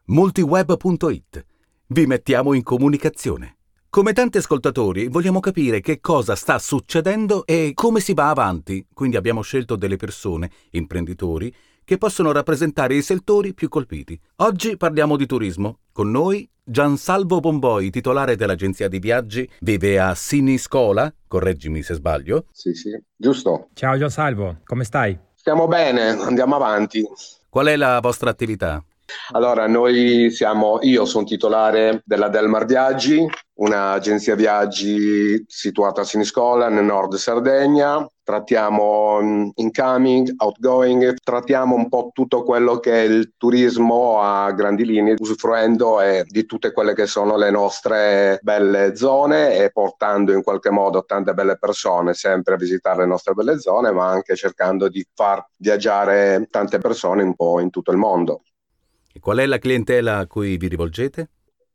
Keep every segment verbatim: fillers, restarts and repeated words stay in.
Multiweb punto it. Vi mettiamo in comunicazione. Come tanti ascoltatori, vogliamo capire che cosa sta succedendo e come si va avanti, quindi abbiamo scelto delle persone, imprenditori, che possono rappresentare i settori più colpiti. Oggi parliamo di turismo. Con noi Giansalvo Bomboi, titolare dell'agenzia di viaggi, vive a Siniscola, correggimi se sbaglio. Sì, sì, giusto. Ciao Giansalvo, come stai? Stiamo bene, andiamo avanti. Qual è la vostra attività? Allora, noi siamo, io sono titolare della Delmar Viaggi, un'agenzia viaggi situata a Siniscola, nel nord Sardegna. Trattiamo incoming, outgoing, trattiamo un po' tutto quello che è il turismo a grandi linee, usufruendo eh, di tutte quelle che sono le nostre belle zone e portando in qualche modo tante belle persone sempre a visitare le nostre belle zone, ma anche cercando di far viaggiare tante persone un po' in tutto il mondo. E qual è la clientela a cui vi rivolgete?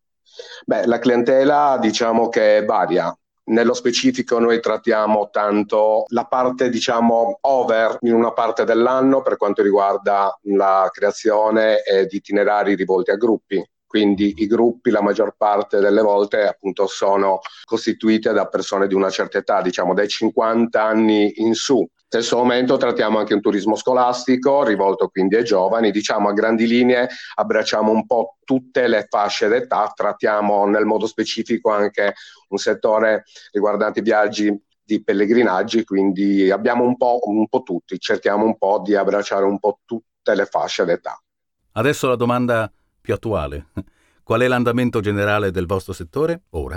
Beh, la clientela diciamo che varia. Nello specifico noi trattiamo tanto la parte diciamo over in una parte dell'anno per quanto riguarda la creazione eh, di itinerari rivolti a gruppi. Quindi i gruppi la maggior parte delle volte appunto sono costituiti da persone di una certa età, diciamo dai cinquanta anni in su. Stesso momento trattiamo anche un turismo scolastico rivolto quindi ai giovani, diciamo a grandi linee abbracciamo un po' tutte le fasce d'età, trattiamo nel modo specifico anche un settore riguardante i viaggi di pellegrinaggi, quindi abbiamo un po', un po' tutti, cerchiamo un po' di abbracciare un po' tutte le fasce d'età. Adesso la domanda più attuale. Qual è l'andamento generale del vostro settore ora?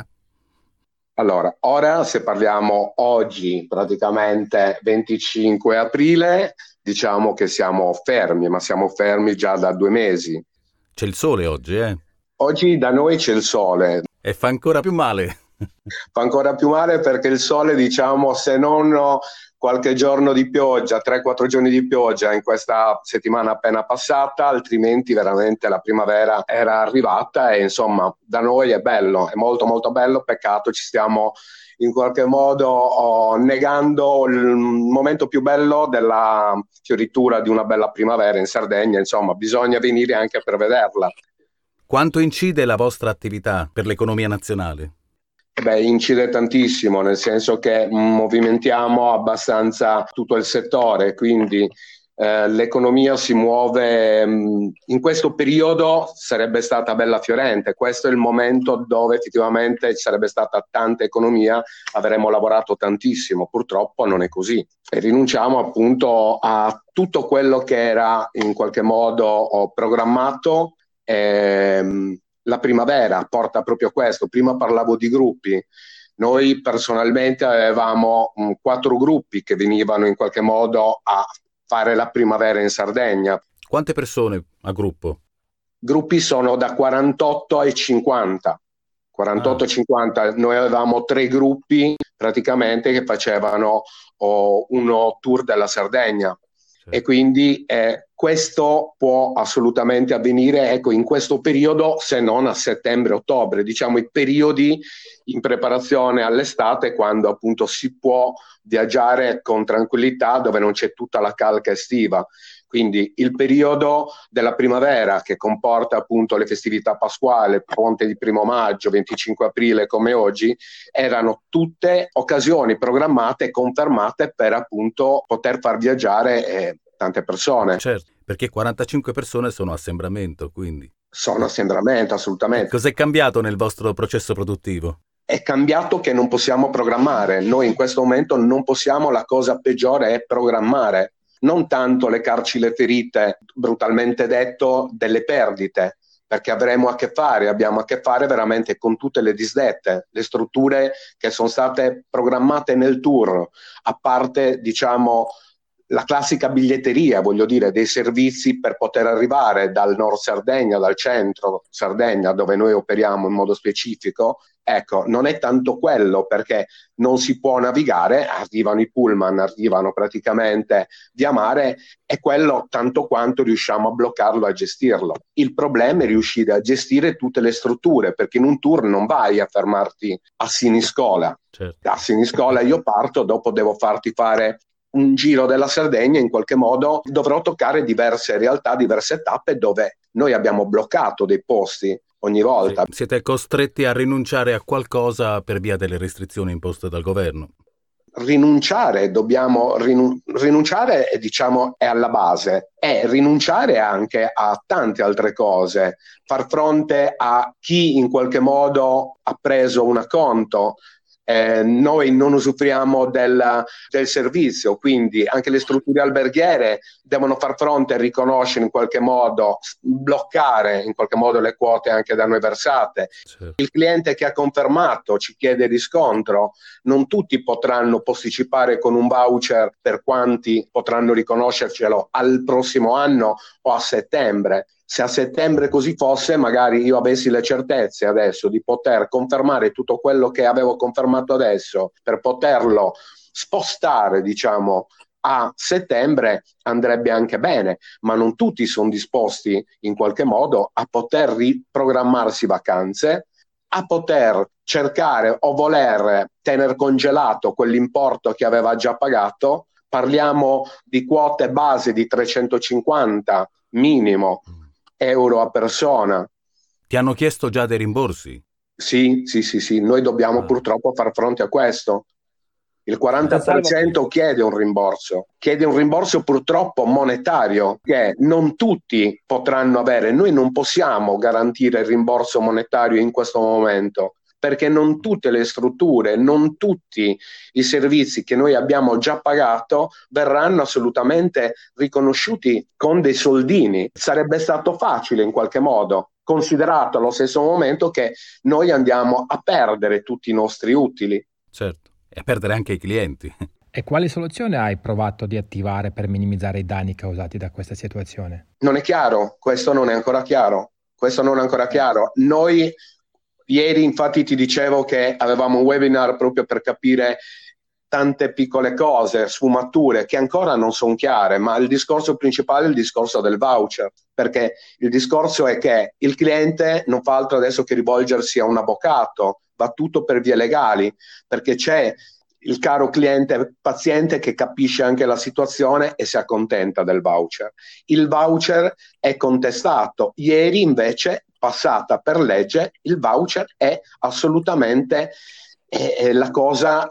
Allora, ora se parliamo oggi praticamente venticinque aprile, diciamo che siamo fermi, ma siamo fermi già da due mesi. C'è il sole oggi, eh? Oggi da noi c'è il sole. E fa ancora più male. Fa ancora più male perché il sole, diciamo, se non qualche giorno di pioggia, tre quattro giorni di pioggia in questa settimana appena passata, altrimenti veramente la primavera era arrivata e insomma da noi è bello, è molto molto bello, peccato ci stiamo in qualche modo oh, negando il momento più bello della fioritura di una bella primavera in Sardegna, insomma bisogna venire anche per vederla. Quanto incide la vostra attività per l'economia nazionale? Beh, incide tantissimo, nel senso che movimentiamo abbastanza tutto il settore, quindi eh, l'economia si muove, mh, in questo periodo sarebbe stata bella fiorente, questo è il momento dove effettivamente ci sarebbe stata tanta economia, avremmo lavorato tantissimo, purtroppo non è così e rinunciamo appunto a tutto quello che era in qualche modo programmato. Ehm, La primavera porta proprio questo. Prima parlavo di gruppi. Noi personalmente avevamo mh, quattro gruppi che venivano in qualche modo a fare la primavera in Sardegna. Quante persone a gruppo? Gruppi sono da quarantotto ai cinquanta. quarantotto ah. cinquanta. Noi avevamo tre gruppi praticamente che facevano oh, uno tour della Sardegna. E quindi eh, questo può assolutamente avvenire ecco, in questo periodo, se non a settembre-ottobre, diciamo i periodi in preparazione all'estate, quando appunto si può viaggiare con tranquillità, dove non c'è tutta la calca estiva. Quindi il periodo della primavera, che comporta appunto le festività pasquali, ponte di primo maggio, venticinque aprile come oggi, erano tutte occasioni programmate e confermate per appunto poter far viaggiare eh, tante persone. Certo, perché quarantacinque persone sono assembramento, quindi. Sono assembramento, assolutamente. E cos'è cambiato nel vostro processo produttivo? È cambiato che non possiamo programmare. Noi in questo momento non possiamo, la cosa peggiore è programmare. Non tanto lecarci le ferite, brutalmente detto, delle perdite, perché avremo a che fare, abbiamo a che fare veramente con tutte le disdette, le strutture che sono state programmate nel tour, a parte diciamo la classica biglietteria, voglio dire, dei servizi per poter arrivare dal nord Sardegna, dal centro Sardegna, dove noi operiamo in modo specifico. Ecco, non è tanto quello, perché non si può navigare, arrivano i pullman, arrivano praticamente via mare, e quello tanto quanto riusciamo a bloccarlo, a gestirlo. Il problema è riuscire a gestire tutte le strutture, perché in un tour non vai a fermarti a Siniscola. Certo. A Siniscola io parto, dopo devo farti fare un giro della Sardegna, in qualche modo dovrò toccare diverse realtà, diverse tappe dove noi abbiamo bloccato dei posti ogni volta. Sì, siete costretti a rinunciare a qualcosa per via delle restrizioni imposte dal governo. Rinunciare, dobbiamo rinun- rinunciare, diciamo, è alla base, è rinunciare anche a tante altre cose, far fronte a chi in qualche modo ha preso un acconto. Eh, noi non usufruiamo del, del servizio, quindi anche le strutture alberghiere devono far fronte e riconoscere in qualche modo, bloccare in qualche modo le quote anche da noi versate. Certo. Il cliente che ha confermato ci chiede riscontro, non tutti potranno posticipare con un voucher, per quanti potranno riconoscercelo al prossimo anno o a settembre. Se a settembre così fosse, magari io avessi le certezze adesso di poter confermare tutto quello che avevo confermato adesso per poterlo spostare, diciamo, a settembre, andrebbe anche bene, ma non tutti sono disposti in qualche modo a poter riprogrammarsi vacanze, a poter cercare o voler tenere congelato quell'importo che aveva già pagato. Parliamo di quote base di trecentocinquanta minimo euro a persona. Ti hanno chiesto già dei rimborsi? Sì, sì, sì, sì. Noi dobbiamo Ah. purtroppo far fronte a questo. Il quaranta per cento chiede un rimborso, chiede un rimborso purtroppo monetario che non tutti potranno avere. Noi non possiamo garantire il rimborso monetario in questo momento, perché non tutte le strutture, non tutti i servizi che noi abbiamo già pagato verranno assolutamente riconosciuti con dei soldini. Sarebbe stato facile in qualche modo, considerato allo stesso momento che noi andiamo a perdere tutti i nostri utili. Certo, e a perdere anche i clienti. E quali soluzioni hai provato di attivare per minimizzare i danni causati da questa situazione? Non è chiaro, questo non è ancora chiaro. Questo non è ancora chiaro. Noi ieri infatti ti dicevo che avevamo un webinar proprio per capire tante piccole cose, sfumature che ancora non sono chiare, ma il discorso principale è il discorso del voucher, perché il discorso è che il cliente non fa altro adesso che rivolgersi a un avvocato, va tutto per vie legali, perché c'è il caro cliente paziente che capisce anche la situazione e si accontenta del voucher. Il voucher è contestato, ieri invece passata per legge, il voucher è assolutamente è la cosa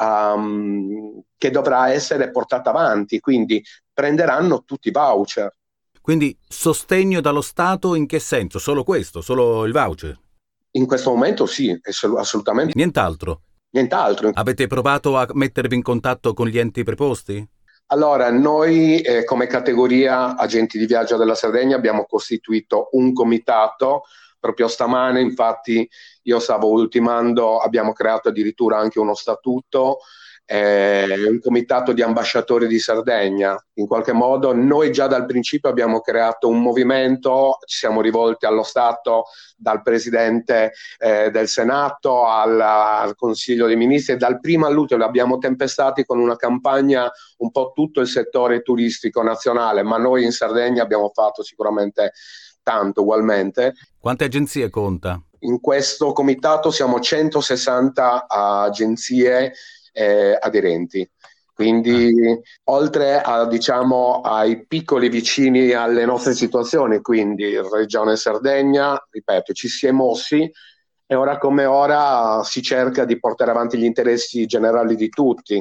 um, che dovrà essere portata avanti, quindi prenderanno tutti i voucher. Quindi sostegno dallo Stato in che senso? Solo questo? Solo il voucher? In questo momento sì, assolutamente. Nient'altro? Nient'altro. Avete provato a mettervi in contatto con gli enti preposti? Allora, noi eh, come categoria agenti di viaggio della Sardegna abbiamo costituito un comitato. Proprio stamane, infatti, io stavo ultimando, abbiamo creato addirittura anche uno statuto, eh, un comitato di ambasciatori di Sardegna. In qualche modo noi già dal principio abbiamo creato un movimento, ci siamo rivolti allo Stato, dal Presidente eh, del Senato al, al Consiglio dei Ministri, e dal primo all'ultimo abbiamo tempestati con una campagna un po' tutto il settore turistico nazionale, ma noi in Sardegna abbiamo fatto sicuramente tanto ugualmente. Quante agenzie conta? In questo comitato siamo centosessanta agenzie eh, aderenti, quindi ah. oltre a, diciamo, ai piccoli vicini alle nostre situazioni, quindi Regione Sardegna, ripeto, ci si è mossi e ora come ora si cerca di portare avanti gli interessi generali di tutti,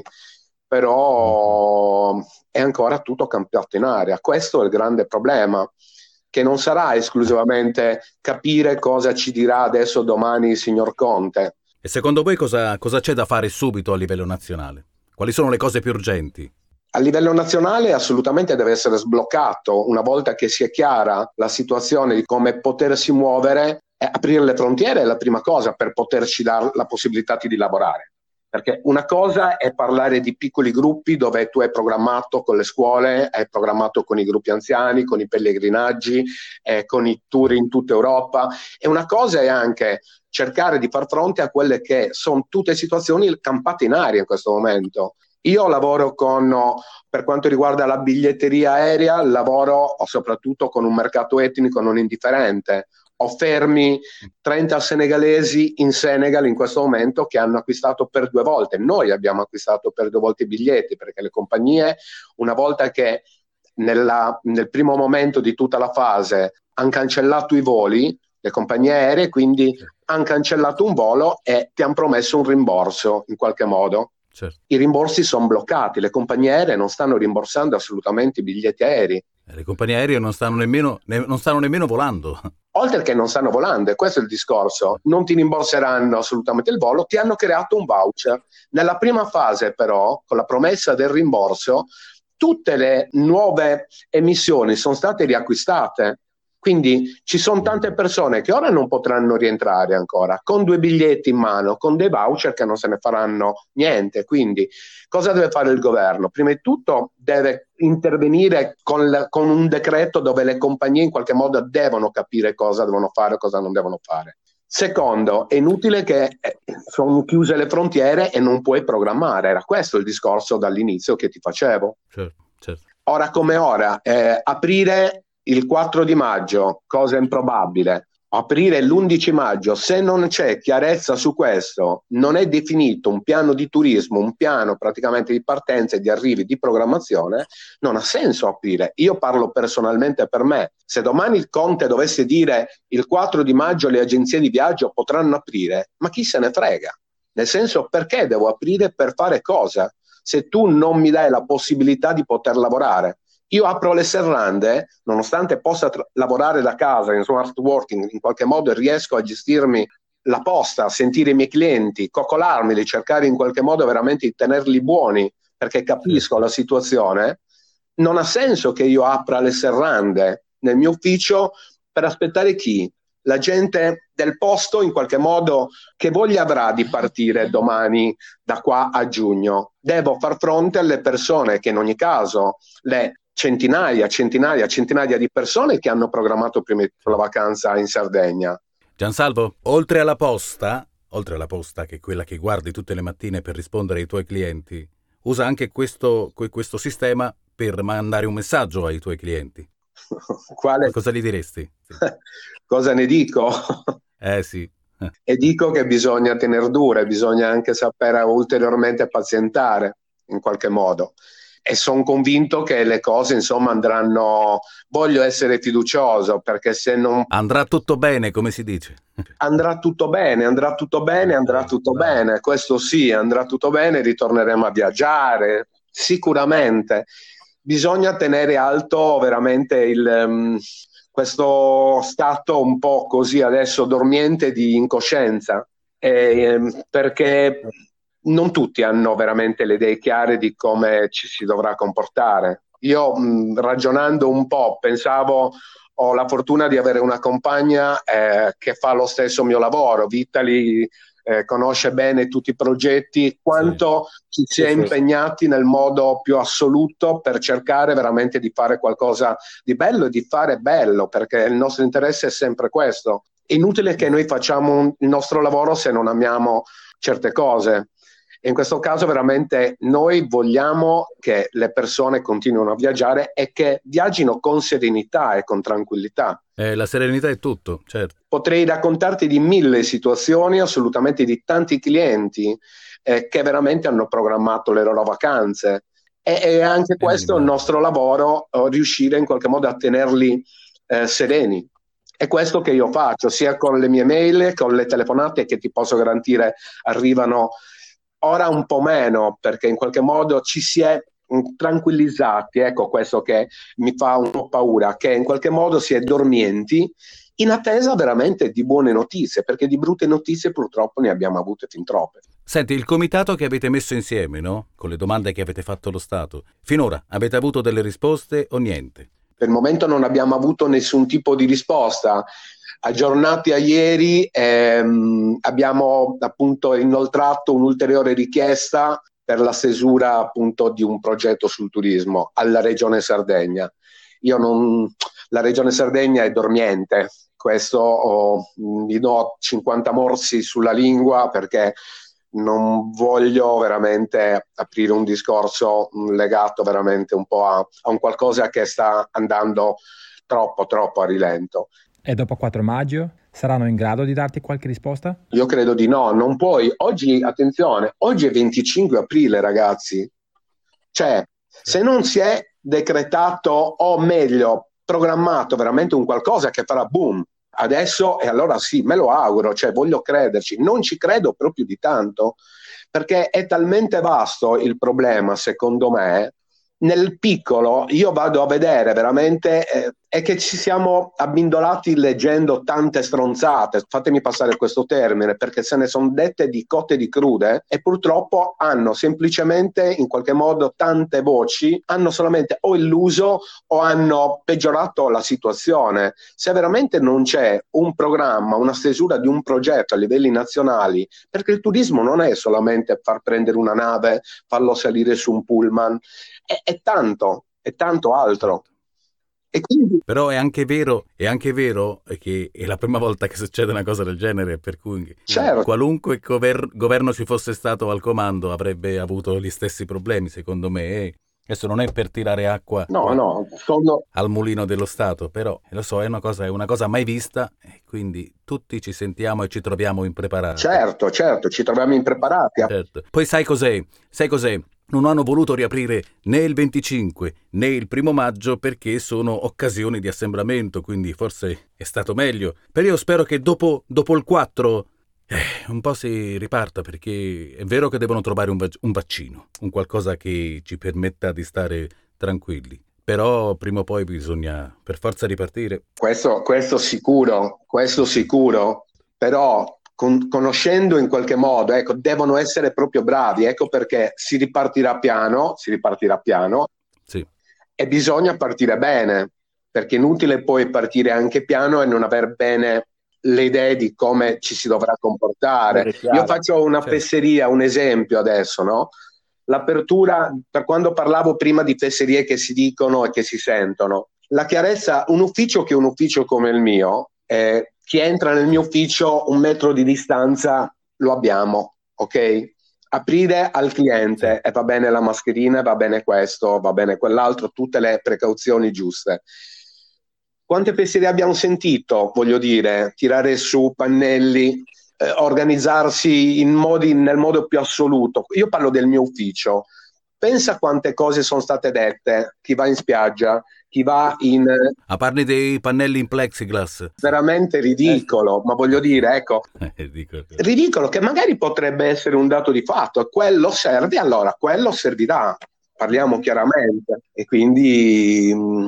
però è ancora tutto campato in aria. Questo è il grande problema, che non sarà esclusivamente capire cosa ci dirà adesso domani il signor Conte. E secondo voi cosa, cosa c'è da fare subito a livello nazionale? Quali sono le cose più urgenti? A livello nazionale assolutamente deve essere sbloccato, una volta che sia chiara la situazione di come potersi muovere, e aprire le frontiere è la prima cosa per poterci dare la possibilità di lavorare. Perché una cosa è parlare di piccoli gruppi dove tu hai programmato con le scuole, hai programmato con i gruppi anziani, con i pellegrinaggi, eh, con i tour in tutta Europa, e una cosa è anche cercare di far fronte a quelle che sono tutte situazioni campate in aria in questo momento. Io lavoro con, per quanto riguarda la biglietteria aerea, lavoro soprattutto con un mercato etnico non indifferente, Ho fermi trenta senegalesi in Senegal in questo momento che hanno acquistato per due volte. Noi abbiamo acquistato per due volte i biglietti, perché le compagnie, una volta che nella, nel primo momento di tutta la fase hanno cancellato i voli, le compagnie aeree, quindi hanno cancellato un volo e ti hanno promesso un rimborso in qualche modo. Certo. I rimborsi sono bloccati, le compagnie aeree non stanno rimborsando assolutamente i biglietti aerei. Le compagnie aeree non stanno nemmeno, ne, non stanno nemmeno volando. Oltre che non stanno volando, e questo è il discorso, non ti rimborseranno assolutamente il volo, ti hanno creato un voucher. Nella prima fase però, con la promessa del rimborso, tutte le nuove emissioni sono state riacquistate. Quindi ci sono tante persone che ora non potranno rientrare ancora, con due biglietti in mano, con dei voucher che non se ne faranno niente. Quindi cosa deve fare il governo? Prima di tutto deve intervenire con, la, con un decreto dove le compagnie in qualche modo devono capire cosa devono fare e cosa non devono fare. Secondo, è inutile che eh, sono chiuse le frontiere e non puoi programmare. Era questo il discorso dall'inizio che ti facevo. Certo, certo. Ora come ora, eh, aprire il quattro di maggio, cosa improbabile, aprire l'undici maggio, se non c'è chiarezza su questo, non è definito un piano di turismo, un piano praticamente di partenza e di arrivi, di programmazione, non ha senso aprire. Io parlo personalmente per me. Se domani il Conte dovesse dire il quattro di maggio le agenzie di viaggio potranno aprire, ma chi se ne frega? Nel senso, perché devo aprire, per fare cosa? Se tu non mi dai la possibilità di poter lavorare. Io apro le serrande, nonostante possa tra- lavorare da casa in smart working in qualche modo e riesco a gestirmi la posta, a sentire i miei clienti, coccolarmeli, cercare in qualche modo veramente di tenerli buoni, perché capisco la situazione. Non ha senso che io apra le serrande nel mio ufficio per aspettare chi? La gente del posto in qualche modo che voglia avrà di partire domani da qua a giugno. Devo far fronte alle persone che in ogni caso le centinaia, centinaia, centinaia di persone che hanno programmato prima di tutto la vacanza in Sardegna. Giansalvo, oltre alla posta, oltre alla posta che è quella che guardi tutte le mattine per rispondere ai tuoi clienti, usa anche questo, questo sistema per mandare un messaggio ai tuoi clienti. Quale? Cosa gli diresti? Sì. Cosa ne dico? Eh sì. E dico che bisogna tener dure, bisogna anche sapere ulteriormente pazientare in qualche modo. E sono convinto che le cose insomma andranno, voglio essere fiducioso, perché se non andrà tutto bene, come si dice, andrà tutto bene, andrà tutto bene, andrà tutto bene, questo sì, andrà tutto bene, ritorneremo a viaggiare sicuramente. Bisogna tenere alto veramente il um, questo stato un po' così adesso dormiente di incoscienza, eh, perché non tutti hanno veramente le idee chiare di come ci si dovrà comportare. Io mh, ragionando un po' pensavo, ho la fortuna di avere una compagna eh, che fa lo stesso mio lavoro. Vitali eh, conosce bene tutti i progetti, quanto sì. ci si è sì, impegnati sì. nel modo più assoluto per cercare veramente di fare qualcosa di bello e di fare bello, perché il nostro interesse è sempre questo. È inutile che noi facciamo un, il nostro lavoro se non amiamo certe cose. In questo caso veramente noi vogliamo che le persone continuino a viaggiare e che viaggino con serenità e con tranquillità. Eh, la serenità è tutto, certo. Potrei raccontarti di mille situazioni, assolutamente di tanti clienti eh, che veramente hanno programmato le loro vacanze e, e anche questo è il nostro lavoro, eh, riuscire in qualche modo a tenerli eh, sereni. È questo che io faccio, sia con le mie mail, con le telefonate che ti posso garantire arrivano. Ora un po' meno, perché in qualche modo ci si è tranquillizzati, ecco questo che mi fa un po' paura, che in qualche modo si è dormienti in attesa veramente di buone notizie, perché di brutte notizie purtroppo ne abbiamo avute fin troppe. Senti, il comitato che avete messo insieme, no? Con le domande che avete fatto allo Stato, finora avete avuto delle risposte o niente? Per il momento non abbiamo avuto nessun tipo di risposta. Aggiornati a ieri ehm, abbiamo appunto inoltrato un'ulteriore richiesta per la stesura appunto di un progetto sul turismo alla Regione Sardegna. Io non, la Regione Sardegna è dormiente, questo oh, mi do cinquanta morsi sulla lingua perché non voglio veramente aprire un discorso legato veramente un po' a, a un qualcosa che sta andando troppo troppo a rilento. E dopo quattro maggio saranno in grado di darti qualche risposta? Io credo di no, non puoi. Oggi, attenzione, oggi è venticinque aprile, ragazzi. Cioè, se non si è decretato, o meglio, programmato veramente un qualcosa che farà boom adesso, e allora sì, me lo auguro, cioè voglio crederci. Non ci credo proprio di tanto, perché è talmente vasto il problema, secondo me. Nel piccolo io vado a vedere veramente eh, è che ci siamo abbindolati leggendo tante stronzate, fatemi passare questo termine, perché se ne sono dette di cotte e di crude, e purtroppo hanno semplicemente in qualche modo tante voci, hanno solamente o illuso o hanno peggiorato la situazione. Se veramente non c'è un programma, una stesura di un progetto a livelli nazionali, perché il turismo non è solamente far prendere una nave, farlo salire su un pullman, è, è tanto, è tanto altro. E quindi... Però è anche vero, è anche vero che è la prima volta che succede una cosa del genere, per cui certo. qualunque gover- governo ci fosse stato al comando avrebbe avuto gli stessi problemi, secondo me. E adesso non è per tirare acqua no, no, sono... al mulino dello Stato, però lo so, è una cosa, è una cosa mai vista, e quindi tutti ci sentiamo e ci troviamo impreparati. Certo, certo, ci troviamo impreparati. Certo. Poi sai cos'è? Sai cos'è? Non hanno voluto riaprire né il venticinque né il primo maggio perché sono occasioni di assembramento, quindi forse è stato meglio. Però io spero che dopo, dopo il quattro eh, un po' si riparta, perché è vero che devono trovare un, vac- un vaccino, un qualcosa che ci permetta di stare tranquilli. Però prima o poi bisogna per forza ripartire. Questo, questo sicuro, questo sicuro, però... Con, conoscendo in qualche modo, ecco, devono essere proprio bravi, ecco perché si ripartirà piano, si ripartirà piano, sì. E bisogna partire bene, perché è inutile poi partire anche piano e non aver bene le idee di come ci si dovrà comportare. Io faccio una certo. fesseria, un esempio adesso, no? L'apertura, per quando parlavo prima di fesserie che si dicono e che si sentono, la chiarezza, un ufficio che è un ufficio come il mio, eh, chi entra nel mio ufficio un metro di distanza lo abbiamo, ok? Aprire al cliente, e va bene la mascherina, va bene questo, va bene quell'altro, tutte le precauzioni giuste. Quante fesserie abbiamo sentito, voglio dire, tirare su pannelli, eh, organizzarsi in modi, nel modo più assoluto. Io parlo del mio ufficio. Pensa quante cose sono state dette, chi va in spiaggia, chi va in... A parli dei pannelli in plexiglass. Veramente ridicolo, ma voglio dire, ecco, ridicolo. ridicolo che magari potrebbe essere un dato di fatto, e quello serve, allora quello servirà, parliamo chiaramente, e quindi mh,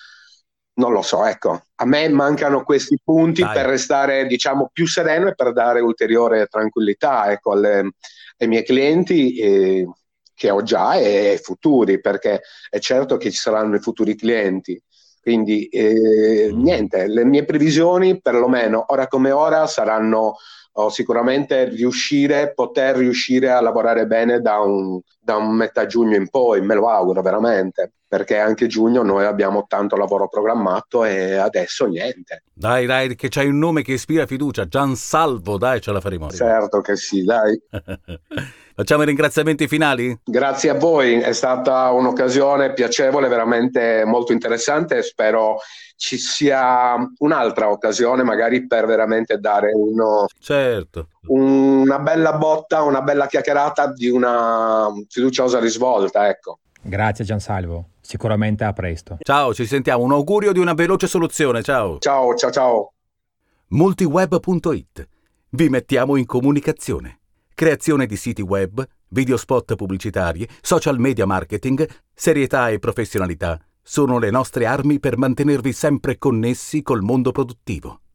non lo so, ecco, a me mancano questi punti Dai. per restare, diciamo, più sereno e per dare ulteriore tranquillità, ecco, alle, ai miei clienti e... che ho già e futuri, perché è certo che ci saranno i futuri clienti. Quindi eh, mm. niente, le mie previsioni perlomeno ora come ora saranno oh, sicuramente riuscire, poter riuscire a lavorare bene da un, da un metà giugno in poi, me lo auguro veramente, perché anche giugno noi abbiamo tanto lavoro programmato e adesso niente. Dai, dai, che c'hai un nome che ispira fiducia, Giansalvo, dai, ce la faremo. Certo che sì, dai. Facciamo i ringraziamenti finali? Grazie a voi, è stata un'occasione piacevole, veramente molto interessante, e spero ci sia un'altra occasione magari per veramente dare uno, certo. una bella botta, una bella chiacchierata di una fiduciosa risvolta, ecco. Grazie Giansalvo, sicuramente a presto. Ciao, ci sentiamo, un augurio di una veloce soluzione, ciao. Ciao, ciao, ciao. Multiweb punto it. Vi mettiamo in comunicazione. Creazione di siti web, video spot pubblicitari, social media marketing, serietà e professionalità sono le nostre armi per mantenervi sempre connessi col mondo produttivo.